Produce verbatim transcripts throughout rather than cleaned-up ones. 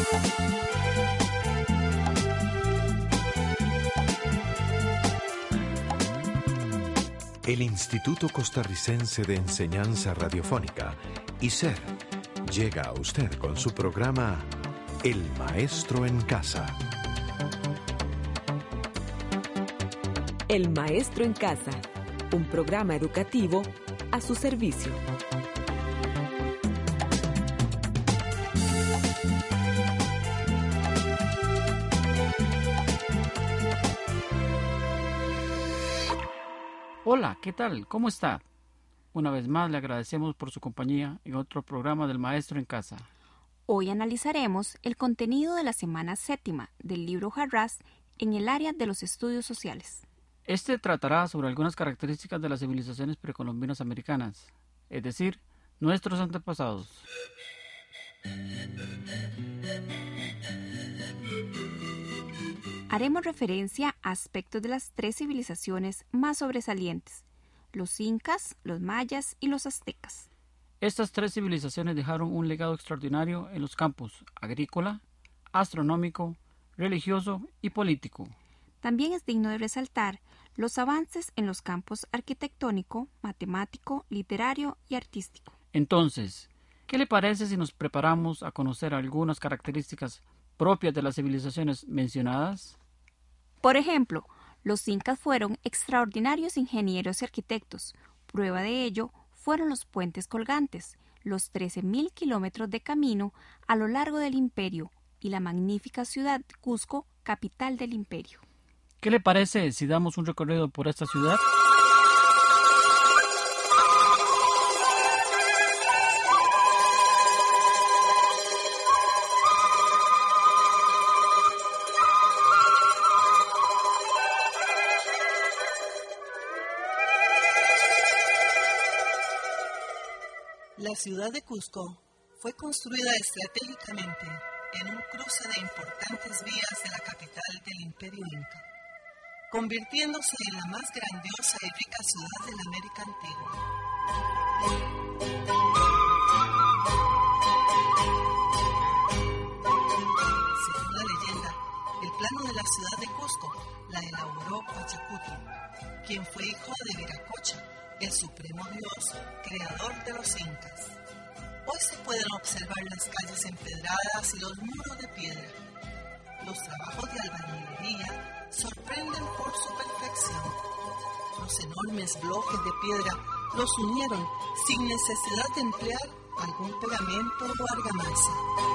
El Instituto Costarricense de Enseñanza Radiofónica, I C E R, llega a usted con su programa El Maestro en Casa. El Maestro en Casa, un programa educativo a su servicio. Hola, ¿qué tal? ¿Cómo está? Una vez más le agradecemos por su compañía en otro programa del Maestro en Casa. Hoy analizaremos el contenido de la semana séptima del libro Harrás en el área de los estudios sociales. Este tratará sobre algunas características de las civilizaciones precolombinas americanas, es decir, nuestros antepasados. Haremos referencia a aspectos de las tres civilizaciones más sobresalientes, los incas, los mayas y los aztecas. Estas tres civilizaciones dejaron un legado extraordinario en los campos agrícola, astronómico, religioso y político. También es digno de resaltar los avances en los campos arquitectónico, matemático, literario y artístico. Entonces, ¿qué le parece si nos preparamos a conocer algunas características propias de las civilizaciones mencionadas? Por ejemplo, los incas fueron extraordinarios ingenieros y arquitectos. Prueba de ello fueron los puentes colgantes, los trece mil kilómetros de camino a lo largo del imperio y la magnífica ciudad de Cusco, capital del imperio. ¿Qué le parece si damos un recorrido por esta ciudad? La ciudad de Cusco fue construida estratégicamente en un cruce de importantes vías de la capital del Imperio Inca, convirtiéndose en la más grandiosa y rica ciudad de la América antigua. Según la leyenda, el plano de la ciudad de Cusco la elaboró Pachacutli, quien fue hijo de Viracocha, el supremo dios, creador de los incas. Hoy se pueden observar las calles empedradas y los muros de piedra. Los trabajos de albañilería sorprenden por su perfección. Los enormes bloques de piedra los unieron sin necesidad de emplear algún pegamento o argamasa.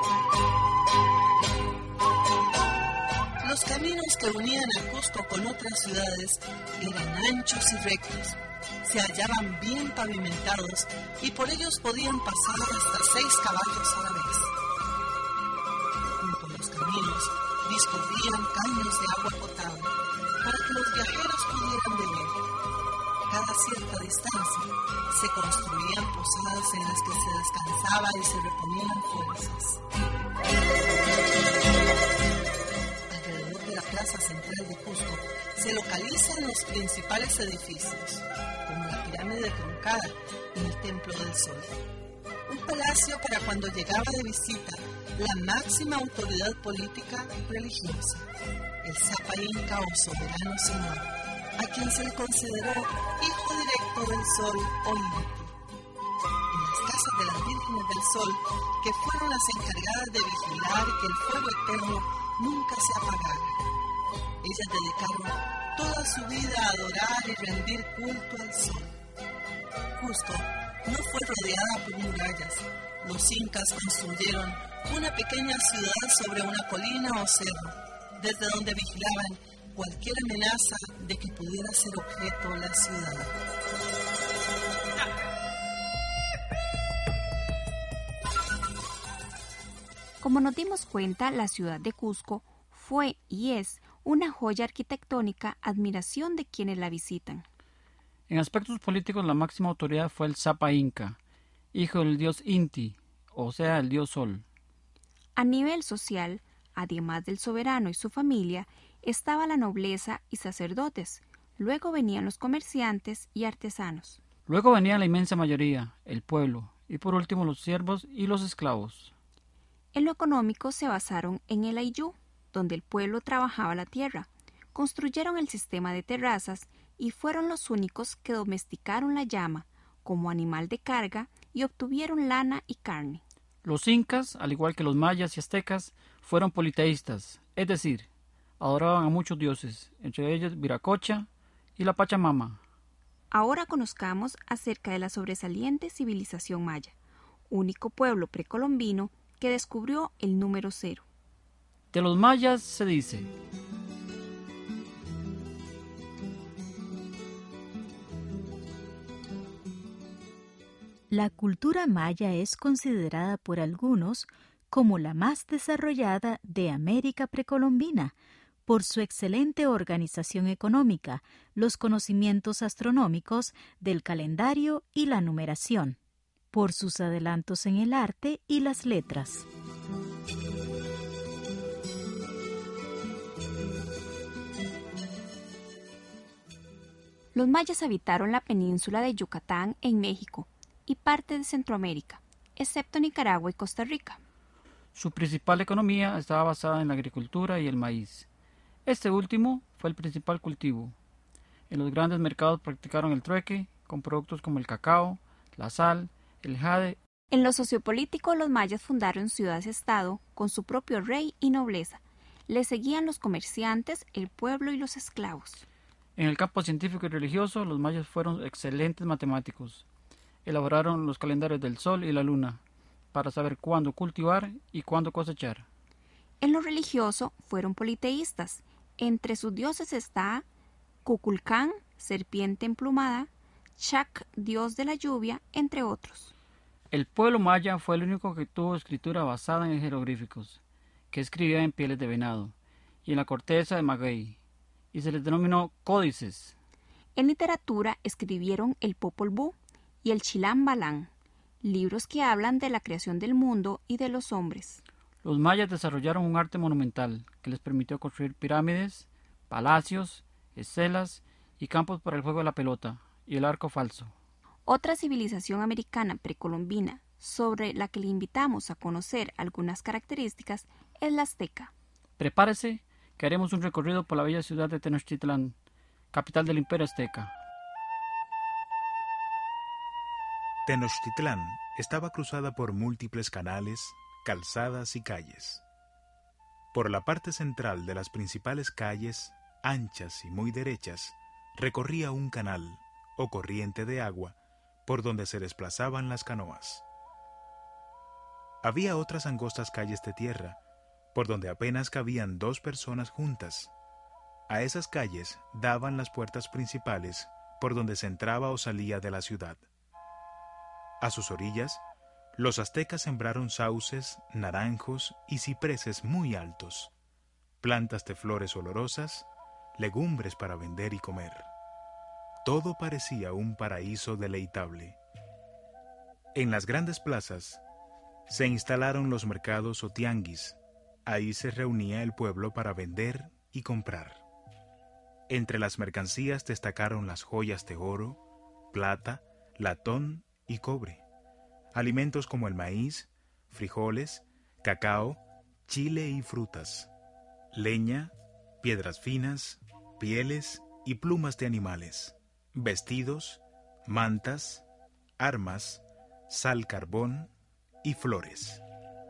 Los caminos que unían a Cusco con otras ciudades eran anchos y rectos. Se hallaban bien pavimentados y por ellos podían pasar hasta seis caballos a la vez. Junto a los caminos discurrían caños de agua potable para que los viajeros pudieran beber. Cada cierta distancia se construían posadas en las que se descansaba y se reponían fuerzas. Alrededor de la plaza central de Cusco se localizan los principales edificios, como la pirámide truncada y el Templo del Sol. Un palacio para cuando llegaba de visita la máxima autoridad política y religiosa, el Zapa Inca o soberano señor, a quien se le consideró hijo directo del Sol o Inti. En las casas de las vírgenes del Sol, que fueron las encargadas de vigilar que el fuego eterno nunca se apagara. Ellas dedicaron toda su vida a adorar y rendir culto al sol. Cusco no fue rodeada por murallas. Los incas construyeron una pequeña ciudad sobre una colina o cerro, desde donde vigilaban cualquier amenaza de que pudiera ser objeto la ciudad. Como nos dimos cuenta, la ciudad de Cusco fue y es una joya arquitectónica, admiración de quienes la visitan. En aspectos políticos, la máxima autoridad fue el Zapa Inca, hijo del dios Inti, o sea, el dios Sol. A nivel social, además del soberano y su familia, estaba la nobleza y sacerdotes. Luego venían los comerciantes y artesanos. Luego venía la inmensa mayoría, el pueblo, y por último los siervos y los esclavos. En lo económico se basaron en el Ayllu, donde el pueblo trabajaba la tierra. Construyeron el sistema de terrazas y fueron los únicos que domesticaron la llama como animal de carga y obtuvieron lana y carne. Los incas, al igual que los mayas y aztecas, fueron politeístas, es decir, adoraban a muchos dioses, entre ellos Viracocha y la Pachamama. Ahora conozcamos acerca de la sobresaliente civilización maya, único pueblo precolombino que descubrió el número cero. De los mayas se dice: la cultura maya es considerada por algunos como la más desarrollada de América precolombina, por su excelente organización económica, los conocimientos astronómicos, del calendario y la numeración, por sus adelantos en el arte y las letras. Los mayas habitaron la península de Yucatán en México y parte de Centroamérica, excepto Nicaragua y Costa Rica. Su principal economía estaba basada en la agricultura y el maíz. Este último fue el principal cultivo. En los grandes mercados practicaron el trueque con productos como el cacao, la sal, el jade. En lo sociopolítico, los mayas fundaron ciudades-estado con su propio rey y nobleza. Les seguían los comerciantes, el pueblo y los esclavos. En el campo científico y religioso, los mayas fueron excelentes matemáticos. Elaboraron los calendarios del sol y la luna para saber cuándo cultivar y cuándo cosechar. En lo religioso, fueron politeístas. Entre sus dioses está Kukulcán, serpiente emplumada, Chac, dios de la lluvia, entre otros. El pueblo maya fue el único que tuvo escritura basada en jeroglíficos, que escribía en pieles de venado y en la corteza de maguey, y se les denominó códices. En literatura escribieron el Popol Vuh y el Chilam Balam, libros que hablan de la creación del mundo y de los hombres. Los mayas desarrollaron un arte monumental que les permitió construir pirámides, palacios, estelas y campos para el juego de la pelota y el arco falso. Otra civilización americana precolombina sobre la que le invitamos a conocer algunas características es la azteca. Prepárese que haremos un recorrido por la bella ciudad de Tenochtitlán, capital del Imperio Azteca. Tenochtitlán estaba cruzada por múltiples canales, calzadas y calles. Por la parte central de las principales calles, anchas y muy derechas, recorría un canal o corriente de agua por donde se desplazaban las canoas. Había otras angostas calles de tierra, por donde apenas cabían dos personas juntas. A esas calles daban las puertas principales por donde se entraba o salía de la ciudad. A sus orillas, los aztecas sembraron sauces, naranjos y cipreses muy altos, plantas de flores olorosas, legumbres para vender y comer. Todo parecía un paraíso deleitable. En las grandes plazas se instalaron los mercados o tianguis. Ahí se reunía el pueblo para vender y comprar. Entre las mercancías destacaron las joyas de oro, plata, latón y cobre. Alimentos como el maíz, frijoles, cacao, chile y frutas, leña, piedras finas, pieles y plumas de animales, vestidos, mantas, armas, sal carbón y flores.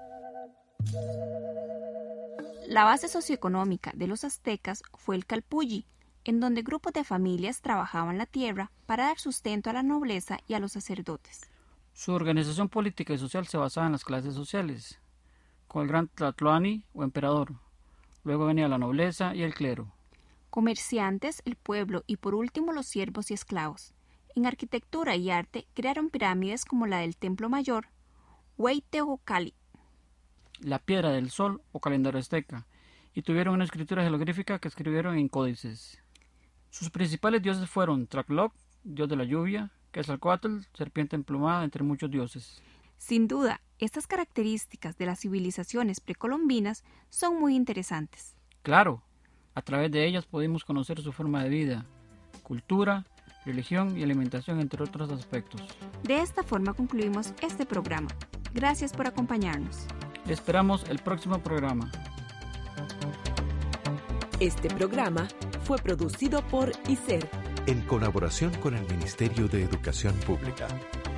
La base socioeconómica de los aztecas fue el calpulli, en donde grupos de familias trabajaban la tierra para dar sustento a la nobleza y a los sacerdotes. Su organización política y social se basaba en las clases sociales, con el gran Tlatoani o emperador. Luego venía la nobleza y el clero. Comerciantes, el pueblo y por último los siervos y esclavos. En arquitectura y arte crearon pirámides como la del Templo Mayor, Hueyteocalli, la piedra del sol o calendario azteca, y tuvieron una escritura jeroglífica que escribieron en códices. Sus principales dioses fueron Tlaloc, dios de la lluvia, Quetzalcóatl, serpiente emplumada, entre muchos dioses. Sin duda, estas características de las civilizaciones precolombinas son muy interesantes. Claro, a través de ellas podemos conocer su forma de vida, cultura, religión y alimentación, entre otros aspectos. De esta forma concluimos este programa. Gracias por acompañarnos. Le esperamos el próximo programa. Este programa fue producido por I S E R en colaboración con el Ministerio de Educación Pública.